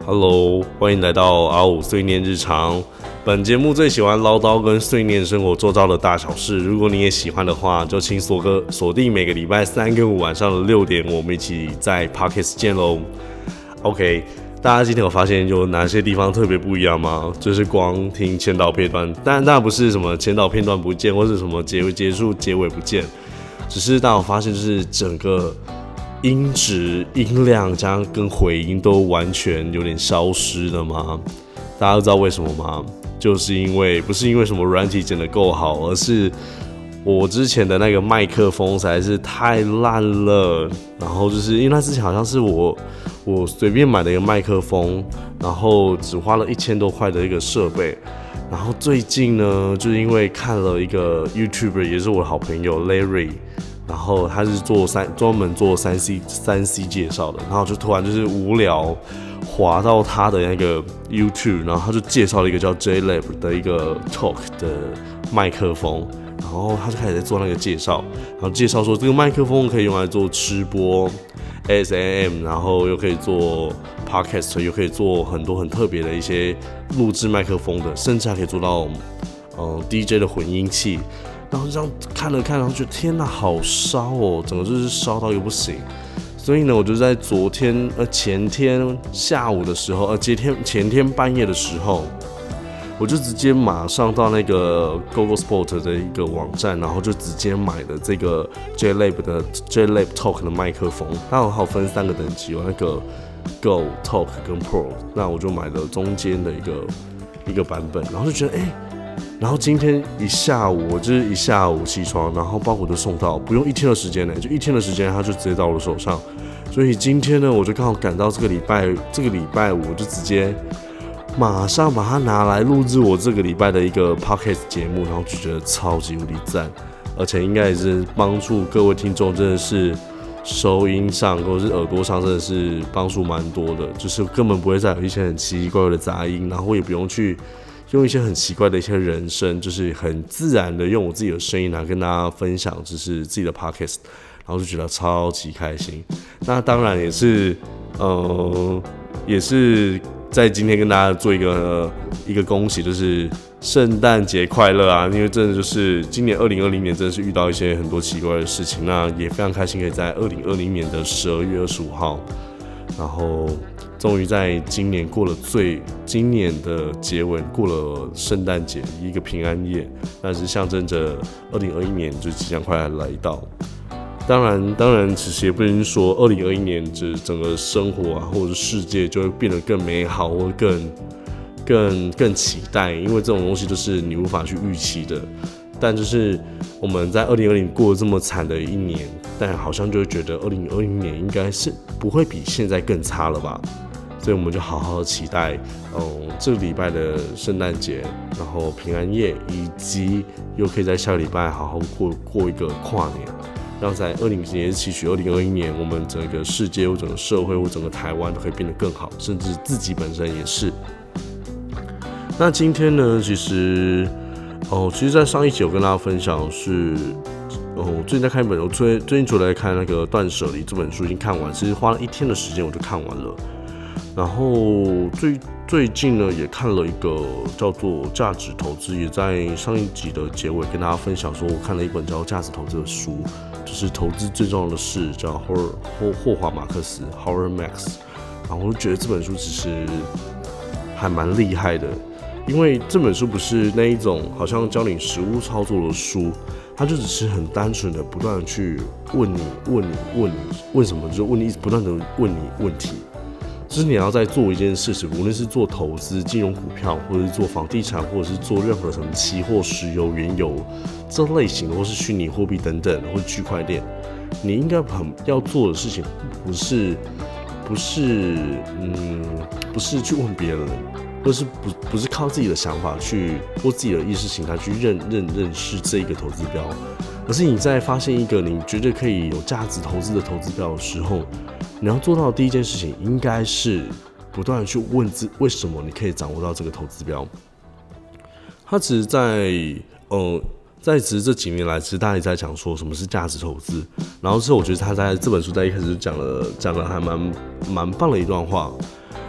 Hello， 欢迎来到阿五碎念日常。本节目最喜欢唠叨跟碎念生活周遭的大小事。如果你也喜欢的话，就请锁定每个礼拜3跟5晚上的6点，我们一起在 Podcast 见喽。OK， 大家今天有发现有哪些地方特别不一样吗？就是光听前导片段，当然不是什么前导片段不见，或是什么结束结尾不见，只是大家有发现就是整个音质、音量加上跟回音都完全有点消失了吗？大家都知道为什么吗？就是因为不是因为什么软体剪得够好，而是我之前的那个麦克风实在是太烂了。然后就是因为它之前好像是我随便买的一个麦克风，然后只花了1000多块的一个设备。然后最近呢，就是因为看了一个 YouTuber， 也是我的好朋友 Larry。然后他是专门做3C 介绍的，然后就突然就是无聊滑到他的那个 YouTube， 然后他就介绍了一个叫 JLab 的一个 Talk 的麦克风，然后他就开始在做那个介绍，然后介绍说这个麦克风可以用来做吃播 ASMR， 然后又可以做 Podcast， 又可以做很多很特别的一些录制麦克风的，甚至还可以做到DJ 的混音器。然后这样看了看，然后觉得天哪，好烧哦，整个就是烧到又不行。所以呢，我就在前天下午的时候，前天半夜的时候，我就直接马上到那个 Google Sport 的一个网站，然后就直接买了这个 JLab Talk 的麦克风。它有分3个等级，有那个 Go Talk 跟 Pro， 那我就买了中间的一个版本，然后就觉得然后今天一下午起床，然后包裹就送到，不用1天的时间呢，就1天的时间，它就直接到我的手上。所以今天呢，我就刚好赶到这个礼拜五，我就直接马上把它拿来录制我这个礼拜的一个 podcast 节目，然后就觉得超级无敌赞，而且应该也是帮助各位听众，真的是收音上或者是耳朵上真的是帮助蛮多的，就是根本不会再有一些很奇奇怪怪的杂音，然后也不用去用一些很奇怪的一些人声，就是很自然的用我自己的声音来跟大家分享，就是自己的 podcast， 然后就觉得超级开心。那当然也是在今天跟大家做一个恭喜，就是圣诞节快乐啊！因为真的就是今年2020年真的是遇到一些很多奇怪的事情，那也非常开心可以在2020年的12月25号，然后终于在今年的结尾过了圣诞节一个平安夜，那是象征着2021年就即将快来到。当然，其实也不能说2021年整个生活啊，或者是世界就会变得更美好，或更期待，因为这种东西就是你无法去预期的。但就是我们在2020过了这么惨的一年，但好像就会觉得2020年应该是不会比现在更差了吧？所以我们就好好的期待，这个礼拜的圣诞节，然后平安夜，以及又可以在下个礼拜好好过一个跨年。让在也期许2021年，我们整个世界或整个社会或整个台湾都可以变得更好，甚至自己本身也是。那今天呢，其实在上一集有跟大家分享是，我最近在看一本，我最近除了在看那个《断舍离》这本书已经看完，其实花了1天的时间我就看完了。然后最近呢，也看了一个叫做《价值投资》，也在上一集的结尾跟大家分享说，我看了一本叫《价值投资》的书，就是投资最重要的事，叫霍华马克思 Howard Marks。然后我就觉得这本书其实还蛮厉害的，因为这本书不是那一种好像教你实务操作的书，它就只是很单纯的不断的去问你问什么，就不断的问你问题。就是你要在做一件事情，无论是做投资、金融股票，或者是做房地产，或者是做任何什么期货、石油、原油这类型的，或是虚拟货币等等，或者区块链，你应该要做的事情，不是去问别人，或是不是靠自己的想法去或自己的意识形态去认识这一个投资标，而是你在发现一个你觉得可以有价值投资的投资标的时候，你要做到的第一件事情应该是不断的去问为什么你可以掌握到这个投资标。他只是只是这几年来，其实大家也在讲说什么是价值投资。然后之后，我觉得他在这本书在一开始就讲了还蛮棒的一段话。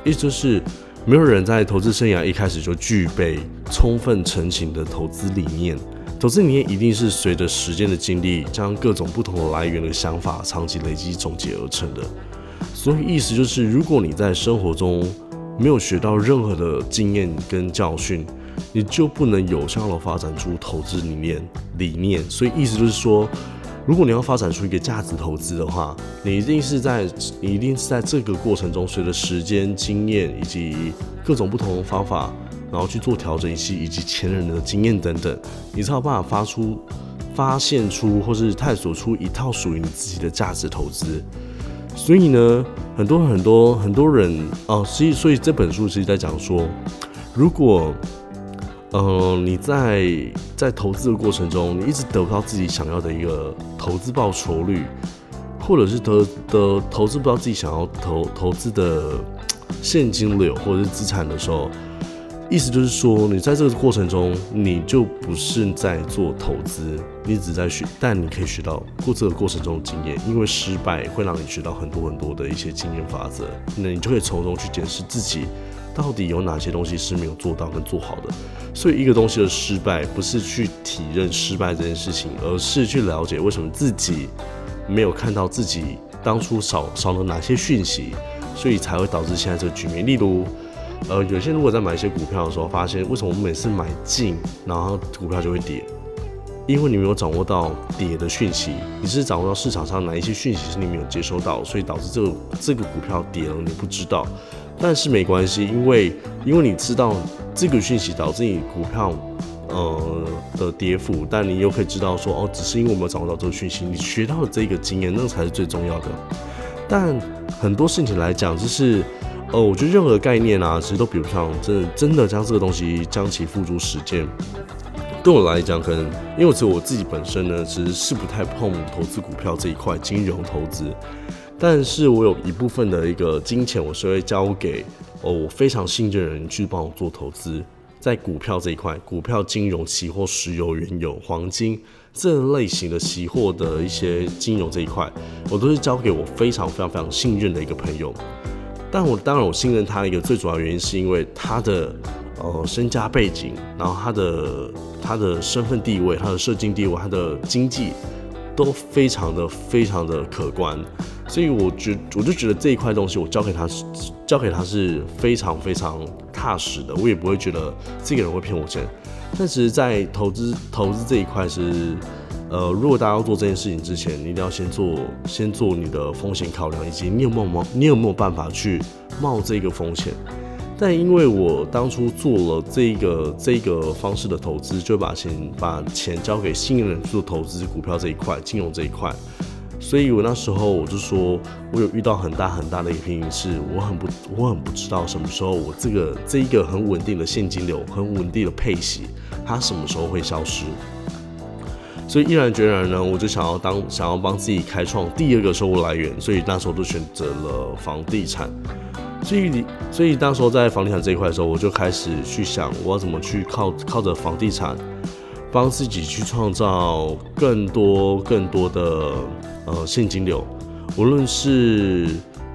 意思就是没有人在投资生涯一开始就具备充分成型的投资理念。投资理念一定是随着时间的经历，将各种不同的来源的想法长期累积总结而成的。所以意思就是，如果你在生活中没有学到任何的经验跟教训，你就不能有效的发展出投资理念。所以意思就是说，如果你要发展出一个价值投资的话，你一定是在这个过程中，随着时间、经验以及各种不同的方法，然后去做调整，以及前人的经验等等，你才有办法发现出或是探索出一套属于你自己的价值投资。所以呢，很多人所以这本书其实在讲说，如果你在投资的过程中，你一直得不到自己想要的一个投资报酬率，或者是投资不到自己想要投资的现金流或者是资产的时候，意思就是说，你在这个过程中，你就不是在做投资，你只在学，但你可以学到这个过程中的经验，因为失败会让你学到很多的一些经验法则，那你就可以从中去检视自己到底有哪些东西是没有做到跟做好的。所以一个东西的失败，不是去体认失败这件事情，而是去了解为什么自己没有看到自己当初少了哪些讯息，所以才会导致现在这个局面。例如，有些人如果在买一些股票的时候，发现为什么我们每次买进，然后股票就会跌？因为你没有掌握到跌的讯息，你是掌握到市场上哪一些讯息是你没有接收到，所以导致这个股票跌了，你不知道。但是没关系，因为你知道这个讯息导致你股票的跌幅，但你又可以知道说只是因为我没有掌握到这个讯息，你学到的这个经验，那才是最重要的。但很多事情来讲，就是我觉得任何概念其实都比不上真的将这个东西将其付诸实践。对我来讲，可能因为我自己本身呢，其实是不太碰投资股票这一块金融投资，但是我有一部分的一个金钱，我是会交给我非常信任的人去帮我做投资，在股票这一块，股票、金融、期货、石油、原油、黄金这类型的期货的一些金融这一块，我都是交给我非常信任的一个朋友。但当然我信任他的一个最主要原因，是因为他的身家背景，然后他的身份地位、他的社经地位、他的经济都非常的可观，所以我就觉得这一块东西我交给他是非常踏实的，我也不会觉得这个人会骗我钱。但其实在投资这一块是如果大家要做这件事情之前，你一定要先做你的风险考量，以及你有没有办法去冒这个风险。但因为我当初做了这个方式的投资，就把钱交给信任人做投资，股票这一块、金融这一块，所以我那时候我就说，我有遇到很大的一个瓶颈，是我很不知道什么时候我这一个很稳定的现金流、很稳定的配息，它什么时候会消失。所以毅然决然呢，我就想要帮自己开创第二个收入来源，所以那时候就选择了房地产。所以那时候在房地产这一块的时候，我就开始去想，我要怎么去靠着房地产帮自己去创造更多的现金流，无论是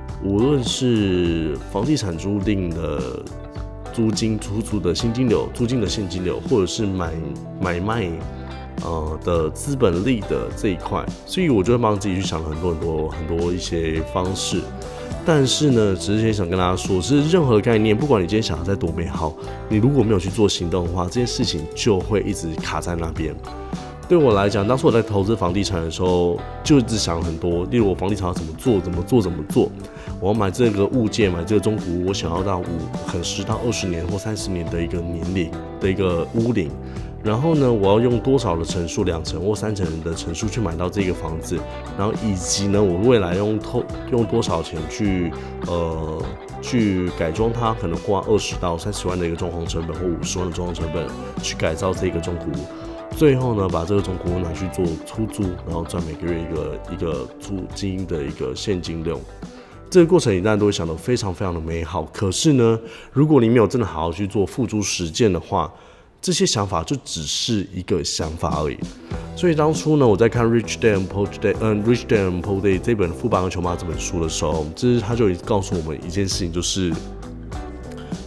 房地产租赁的租金出租的现金流、租金的现金流，或者是买卖的资本利的这一块，所以我就会帮自己去想很多一些方式。但是呢，只是想跟大家说，是任何概念，不管你今天想的再多美好，你如果没有去做行动的话，这件事情就会一直卡在那边。对我来讲，当初我在投资房地产的时候，就一直想很多，例如我房地产要怎么做，我要买这个物件，买这个中古屋，我想要到10到20年或30年的一个年龄的一个屋龄。然后呢，我要用多少的成数，2成或3成的成数去买到这个房子，然后以及呢，我未来用多少钱去改装它，可能花20到30万的一个装潢成本或50万的装潢成本去改造这个中古屋，最后呢，把这个中古屋拿去做出租，然后赚每个月一个租金的一个现金流。这个过程你当然都会想得非常的美好，可是呢，如果你没有真的好好去做付诸实践的话，这些想法就只是一个想法而已。所以当初呢，我在看 Rich Dad Poor Dad 这本《富爸跟穷爸》这本书的时候，他就告诉我们一件事情，就是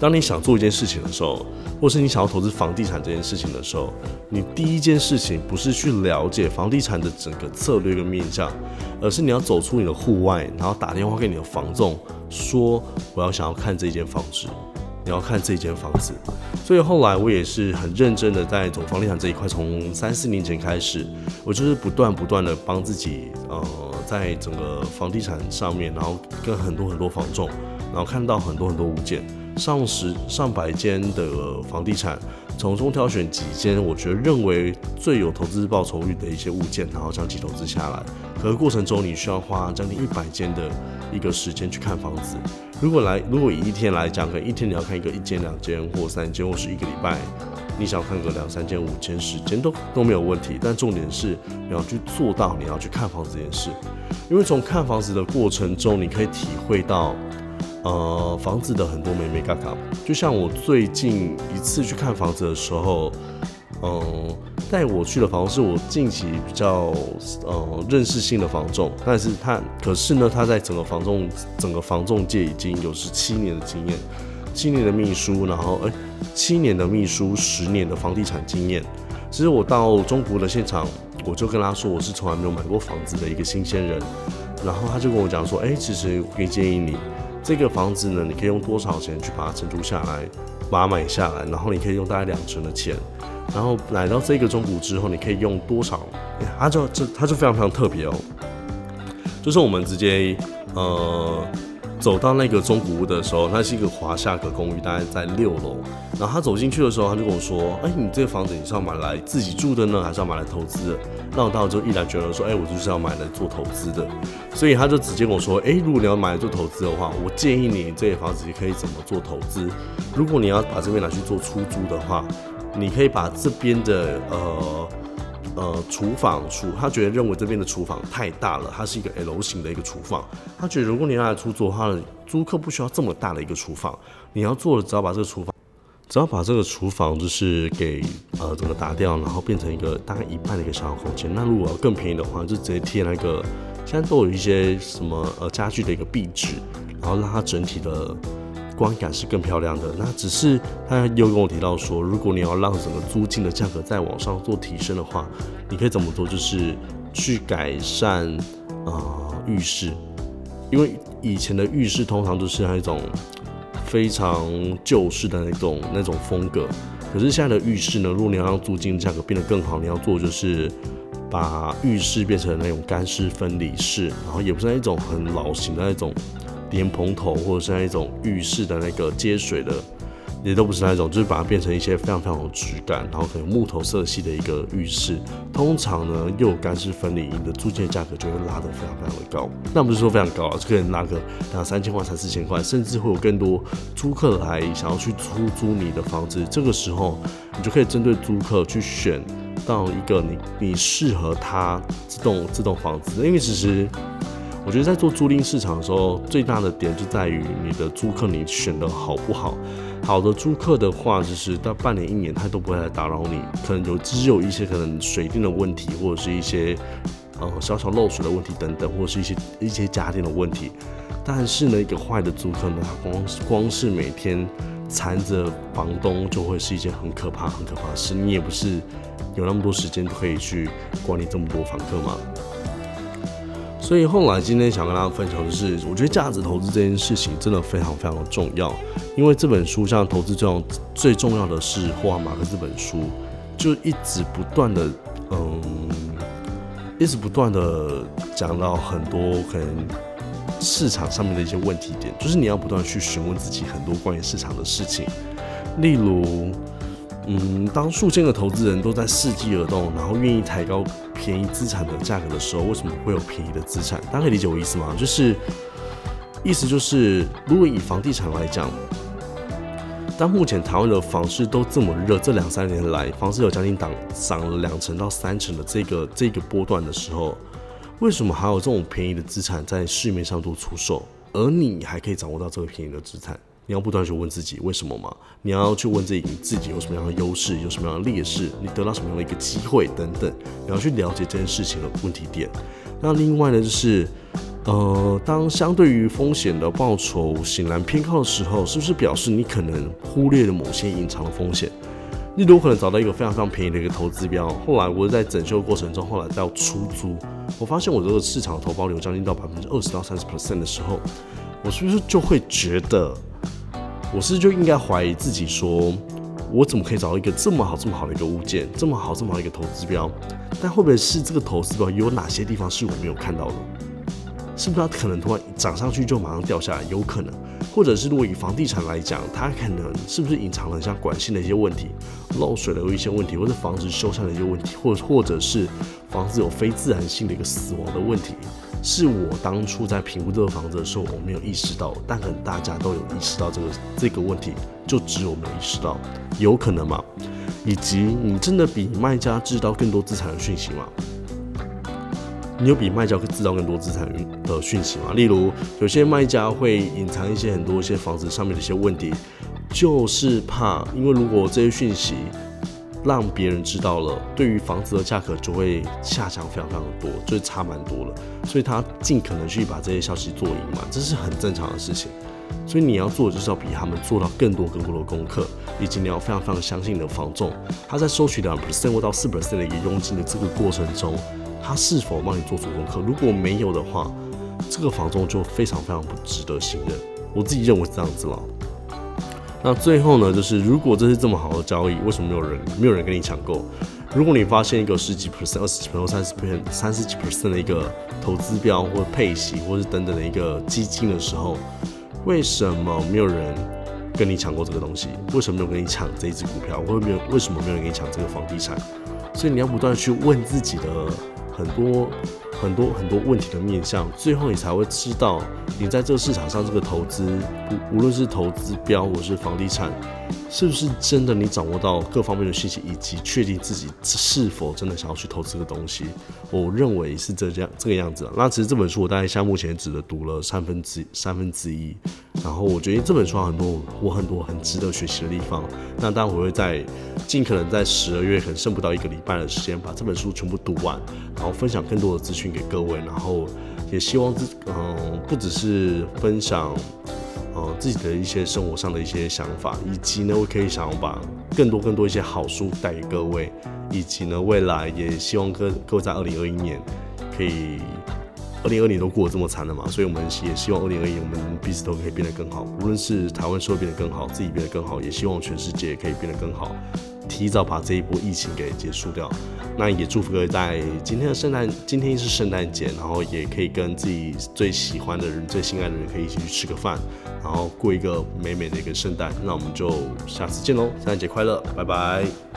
当你想做一件事情的时候，或是你想要投资房地产这件事情的时候，你第一件事情不是去了解房地产的整个策略跟面向，而是你要走出你的户外，然后打电话给你的房仲，说我想要看这间房子，你要看这间房子。所以后来我也是很认真的在走房地产这一块，从3-4年前开始，我就是不断的帮自己，在整个房地产上面，然后跟很多房仲，然后看到很多物件，上百间的房地产，从中挑选几间我觉得认为最有投资报酬率的一些物件，然后长期投资下来。可是过程中你需要花将近100间的一个时间去看房子。如果以一天来讲，可能一天你要看1间、2间或3间，或是1个礼拜，你想要看个2-3间、5间、10间都没有问题。但重点是你要去做到，你要去看房子这件事，因为从看房子的过程中，你可以体会到。房子的很多眉眉角角，就像我最近一次去看房子的时候，带我去的房仲是我近期比较认识新的房仲，可是呢，他在整个房仲界已经有17年的经验，7年的秘书，然后7年的秘书，10年的房地产经验。其实我到中国的现场，我就跟他说我是从来没有买过房子的一个新鲜人，然后他就跟我讲说，其实我可以建议你。这个房子呢，你可以用多少钱去把它承租下来，把它买下来，然后你可以用大概2成的钱，然后来到这个中古之后，你可以用多少？它就非常特别哦，就是我们直接走到那个中古屋的时候，那是一个华夏阁公寓，大概在6楼。然后他走进去的时候，他就跟我说：“你这个房子你是要买来自己住的呢，还是要买来投资的？”那我当时就毅然觉得说：“我就是要买来做投资的。”所以他就直接跟我说：“如果你要买来做投资的话，我建议你这个房子可以怎么做投资？如果你要把这边拿去做出租的话，你可以把这边的厨房他认为这边的厨房太大了，它是一个 L 型的一个厨房。他觉得如果你要来出租的话，租客不需要这么大的一个厨房，你要做的只要把这个厨房就是给整个打掉，然后变成一个大概1半的一个小空间。那如果要更便宜的话，就直接贴那个现在都有一些什么家具的一个壁纸，然后让它整体的观感是更漂亮的。那只是他又跟我提到说，如果你要让整个租金的价格再往上做提升的话，你可以怎么做？就是去改善浴室，因为以前的浴室通常都是那种非常旧式的那种风格。可是现在的浴室呢，如果你要让租金的价格变得更好，你要做的就是把浴室变成那种干湿分离式，然后也不是那种很老型的那种莲蓬头，或者是那种浴室的那个接水的，也都不是那种，就是把它变成一些非常有质感，然后可能木头色系的一个浴室。通常呢，又有干湿分离，你的租金的价格就会拉得非常的高。那不是说非常高啊，就可以拉个2-3千块、3-4千块，甚至会有更多租客来想要去出租你的房子。这个时候，你就可以针对租客去选到一个你适合他这栋房子，因为其实。我觉得在做租赁市场的时候，最大的点就在于你的租客你选的好不好。好的租客的话，就是到半年1年他都不会来打扰你，可能只有一些可能水电的问题，或者是一些小漏水的问题等等，或者是一些家电的问题。但是呢，一个坏的租客呢，他光是每天缠着房东，就会是一件很可怕的事。你也不是有那么多时间可以去管理这么多房客嘛。所以后来今天想跟大家分享的是，我觉得价值投资这件事情真的非常的重要。因为这本书像投资最重要的是霍华马克这本书，就一直不断的讲到很多可能市场上面的一些问题点，就是你要不断去询问自己很多关于市场的事情，例如。当数千个投资人都在伺机而动，然后愿意抬高便宜资产的价格的时候，为什么会有便宜的资产？大家可以理解我意思吗？意思就是，如果以房地产来讲，当目前台湾的房市都这么热，这2-3年来房市有将近涨了2成到3成的这个波段的时候，为什么还有这种便宜的资产在市面上做出售，而你还可以掌握到这个便宜的资产？你要不断去问自己为什么嘛？你要去问自己有什么样的优势，有什么样的劣势，你得到什么样的一个机会等等，你要去了解这件事情的问题点。那另外呢，就是当相对于风险的报酬显然偏高的时候，是不是表示你可能忽略了某些隐藏的风险？例如，我可能找到一个非常非常便宜的一个投资标，后来我在整修的过程中，后来到出租，我发现我这个市场投报率有将近到20%到30%的时候，我是不是就会觉得，我是不是就应该怀疑自己说，我怎么可以找到一个这么好的一个物件，这么好的一个投资标？但会不会是这个投资标有哪些地方是我没有看到的？是不是它可能突然涨上去就马上掉下来？有可能，或者是如果以房地产来讲，它可能是不是隐藏了像管线的一些问题、漏水的有一些问题，或者房子修缮的一些问题，或者是房子有非自然性的一个死亡的问题，是我当初在评估这个房子的时候我没有意识到，但可能大家都有意识到这个问题，就只有我没有意识到，有可能吗？以及你真的比卖家知道更多资产的讯息吗？你有比卖家知道更多资产的讯息吗？例如，有些卖家会隐藏很多房子上面的一些问题，就是怕，因为如果这些讯息让别人知道了，对于房子的价格就会下降非常非常多，就是差蛮多了，所以他尽可能去把这些消息做隐瞒，这是很正常的事情。所以你要做的就是要比他们做到更多的功课，以及你要非常非常相信你的房仲，他在收取2%或到4%的一个佣金的这个过程中，他是否帮你做足功课？如果没有的话，这个房仲就非常非常不值得信任。我自己认为是这样子了。那最后呢，就是如果这是这么好的交易，为什么没有人跟你抢购？如果你发现一个10几%、20几%、30几%的一个投资标或配息或是等等的一个基金的时候，为什么没有人跟你抢过这个东西？为什么没有跟你抢这一只股票？为什么没有人跟你抢这个房地产？所以你要不断去问自己的很多问题的面向，最后你才会知道，你在这个市场上这个投资，无论是投资标或是房地产，是不是真的你掌握到各方面的信息，以及确定自己是否真的想要去投资这个东西。我认为是这个样子。那其实这本书我大概现在目前只读了三分之一，然后我觉得这本书有很多很值得学习的地方。那当然我会尽可能在12月可能剩不到1个礼拜的时间，把这本书全部读完，然后分享更多的资讯给各位，然后也希望不只是分享自己的一些生活上的一些想法，以及呢，我可以想要把更多一些好书带给各位，以及呢，未来也希望各位在2021年可以，2020都过得这么惨了嘛，所以我们也希望2021我们彼此都可以变得更好，无论是台湾社会变得更好，自己变得更好，也希望全世界也可以变得更好，提早把这一波疫情给结束掉。那也祝福各位在今天是圣诞节，然后也可以跟自己最喜欢的人、最心爱的人可以一起去吃个饭，然后过一个美美的一个圣诞。那我们就下次见喽，圣诞节快乐，拜拜。